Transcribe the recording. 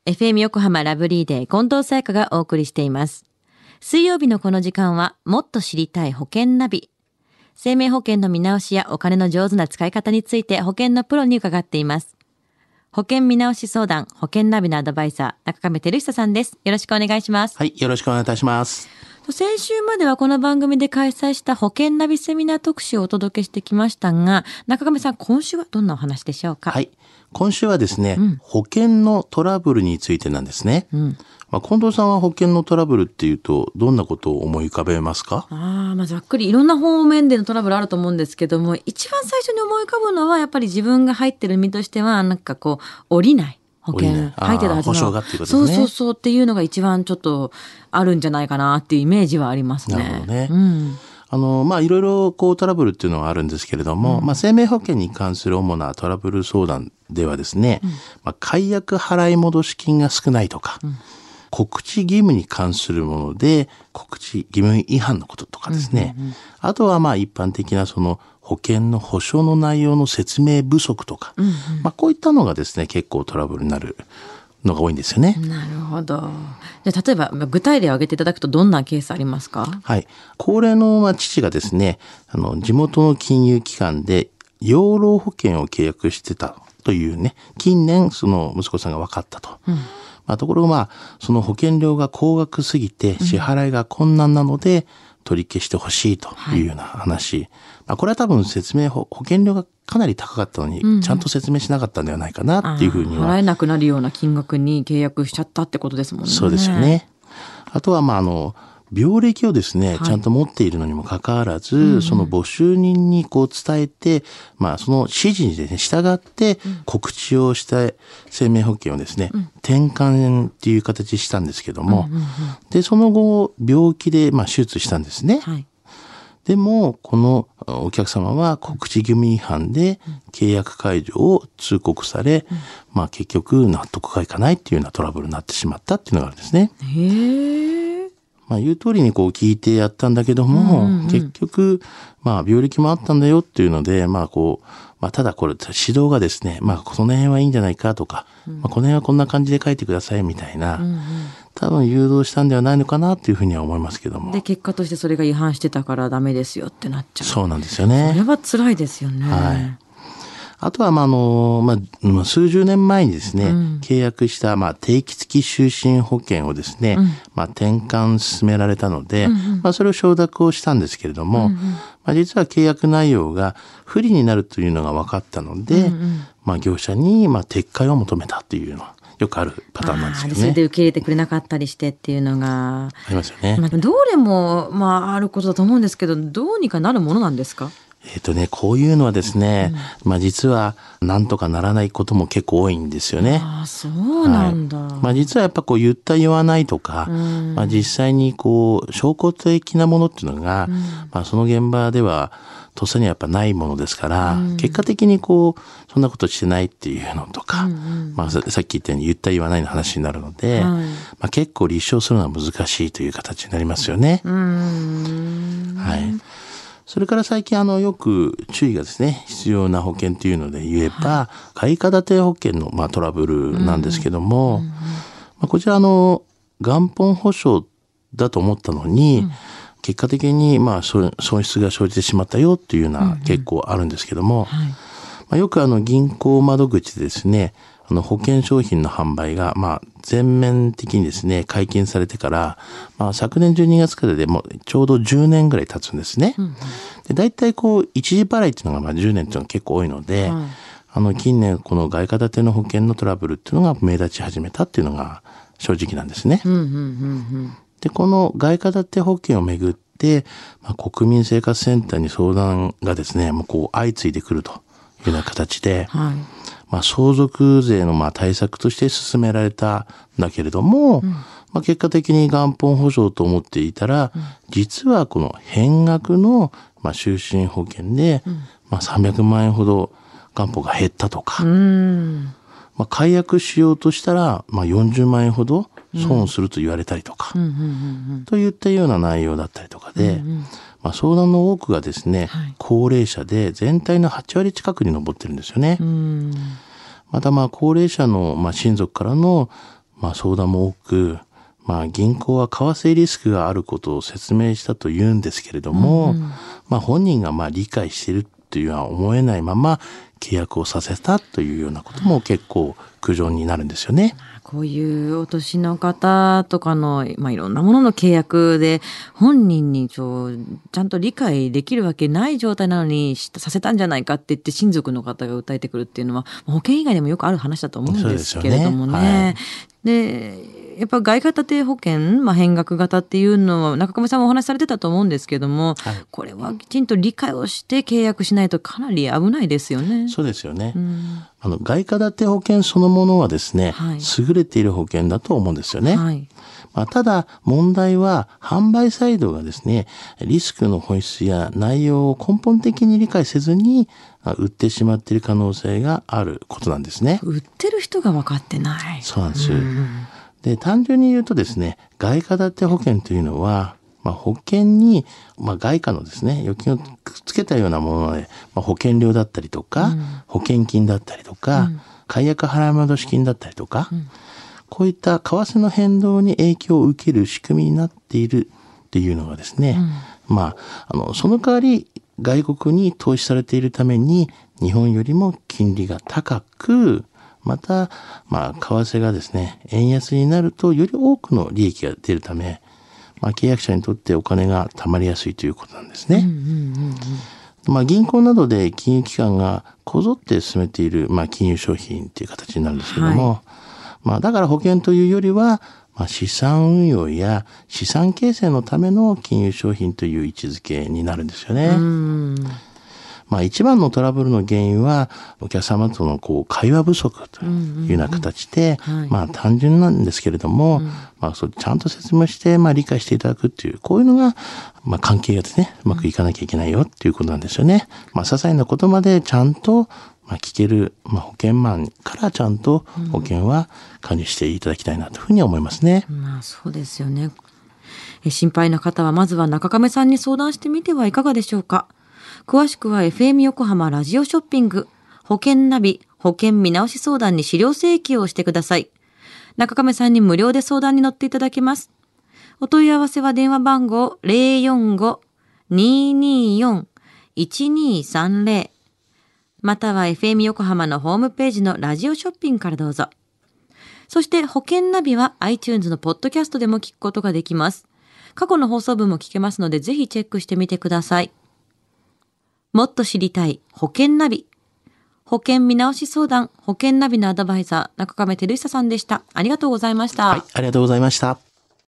FM 横浜ラブリーデー近藤沙耶香がお送りしています。水曜日のこの時間はもっと知りたい保険ナビ。生命保険の見直しやお金の上手な使い方について保険のプロに伺っています。保険見直し相談保険ナビのアドバイザー中亀照久さんです。よろしくお願いします。 はい、よろしくお願いいたします。 先週まではこの番組で開催した保険ナビセミナー特集をお届けしてきましたが、中亀さん、今週はどんなお話でしょうか？ はい、今週はですね、保険のトラブルについてなんですね。近藤さんは保険のトラブルっていうとどんなことを思い浮かべますか？ ざっくりいろんな方面でのトラブルあると思うんですけども、一番最初に思い浮かぶのはやっぱり自分が入ってる身としては降りない保険入ってたはずの保証がっていうことですね。 そうっていうのが一番ちょっとあるんじゃないかなっていうイメージはありますね。 なるほどね。いろいろトラブルっていうのはあるんですけれども、生命保険に関する主なトラブル相談ではですね、解約払い戻し金が少ないとか、告知義務に関するもので告知義務違反のこととかですね、あとは一般的なその保険の保証の内容の説明不足とか、こういったのがですね結構トラブルになるのが多いんですよね。 なるほど。じゃあ例えば具体例を挙げていただくとどんなケースありますか？ はい、高齢の父がですね地元の金融機関で養老保険を契約してたというね、近年その息子さんが分かったと。ところがその保険料が高額すぎて支払いが困難なので取り消してほしいというような話、これは多分保険料がかなり高かったのにちゃんと説明しなかったんではないかなっていうふうには、 払えなくなるような金額に契約しちゃったってことですもんね。 そうですよね。あとは病歴をですね、ちゃんと持っているのにもかかわらず、その募集人に伝えて、その指示にですね、従って告知をした生命保険をですね、転換っていう形したんですけども、で、その後、病気で手術したんですね。でも、このお客様は告知義務違反で契約解除を通告され、結局納得がいかないっていうようなトラブルになってしまったっていうのがあるんですね。言う通りに聞いてやったんだけども、結局、病歴もあったんだよっていうので、ただこれ指導がですね、この辺はいいんじゃないかとか、この辺はこんな感じで書いてくださいみたいな、多分誘導したんではないのかなっていうふうには思いますけども。 で、結果としてそれが違反してたからダメですよってなっちゃう。 そうなんですよね。 それは辛いですよね。 あとは数十年前にですね、契約した定期付き就寝保険をですね、転換進められたので、それを承諾をしたんですけれども、実は契約内容が不利になるというのが分かったので、業者に撤回を求めたっていうのはよくあるパターンなんですけどね。 それで受け入れてくれなかったりしてっていうのがありますよね。 どれもあることだと思うんですけど、どうにかなるものなんですか？ こういうのはですね、実はなんとかならないことも結構多いんですよね。 そうなんだ。 実はやっぱ言った言わないとか、実際に証拠的なものっていうのが、その現場ではとっさにはやっぱないものですから、結果的にそんなことしてないっていうのとか、さっき言ったように言った言わないの話になるので、結構立証するのは難しいという形になりますよね。それから最近よく注意がですね必要な保険というので言えば、外貨建て保険のトラブルなんですけども、こちら元本保証だと思ったのに、結果的に損失が生じてしまったよっていうような結構あるんですけども、よく銀行窓口でですね保険商品の販売が全面的にですね解禁されてから、昨年12月からでもうちょうど10年ぐらい経つんですね。で、大体一時払いっていうのが10年っていうのが結構多いので、近年この外貨建ての保険のトラブルっていうのが目立ち始めたっていうのが正直なんですね。で、この外貨建て保険をめぐって、国民生活センターに相談がですね相次いでくるというような形で、相続税の対策として進められたんだけれども、結果的に元本保証と思っていたら、実はこの変額の就寝保険で、300万円ほど元本が減ったとか、解約しようとしたら、40万円ほど損すると言われたりとか、といったような内容だったりとかで、相談の多くがですね、高齢者で全体の8割近くに上ってるんですよね。また高齢者の親族からの相談も多く、銀行は為替リスクがあることを説明したと言うんですけれども、本人が理解しているというのは思えないまま契約をさせたというようなことも結構苦情になるんですよね。 こういうお年の方とかの、いろんなものの契約で本人にちゃんと理解できるわけない状態なのにさせたんじゃないかって言って親族の方が訴えてくるっていうのは保険以外でもよくある話だと思うんですけれどもね。でやっぱ外貨建て保険、変額型っていうのは中込さんもお話しされてたと思うんですけども、これはきちんと理解をして契約しないとかなり危ないですよね。 そうですよね。外貨建て保険そのものはですね、優れている保険だと思うんですよね。ただ問題は販売サイドがですね、リスクの本質や内容を根本的に理解せずに売ってしまっている可能性があることなんですね。 売ってる人が分かってない。 そうなんです。で、単純に言うとですね、外貨建て保険というのは、保険に、外貨のですね、預金をくっつけたようなもので、保険料だったりとか、保険金だったりとか、解約払い戻し金だったりとか、こういった為替の変動に影響を受ける仕組みになっているっていうのがですね、その代わり外国に投資されているために日本よりも金利が高く、また、為替がですね、円安になるとより多くの利益が出るため、契約者にとってお金が貯まりやすいということなんですね。銀行などで金融機関がこぞって進めている、金融商品という形になるんですけども、だから保険というよりは、資産運用や資産形成のための金融商品という位置づけになるんですよね。一番のトラブルの原因はお客様との会話不足というような形で、単純なんですけれども、それちゃんと説明して理解していただくっていう、こういうのが関係がですね、うまくいかなきゃいけないよっていうことなんですよね。些細なことまでちゃんと聞ける、保険マンからちゃんと保険は加入していただきたいなというふうに思いますね。 そうですよね。心配な方はまずは中亀さんに相談してみてはいかがでしょうか。詳しくは FM 横浜ラジオショッピング保険ナビ保険見直し相談に資料請求をしてください。中亀さんに無料で相談に乗っていただけます。お問い合わせは電話番号 045-224-1230 または FM 横浜のホームページのラジオショッピングからどうぞ。そして保険ナビは iTunes のポッドキャストでも聞くことができます。過去の放送分も聞けますのでぜひチェックしてみてください。もっと知りたい保険ナビ。保険見直し相談、保険ナビのアドバイザー、中亀照久さんでした。ありがとうございました。 ありがとうございました。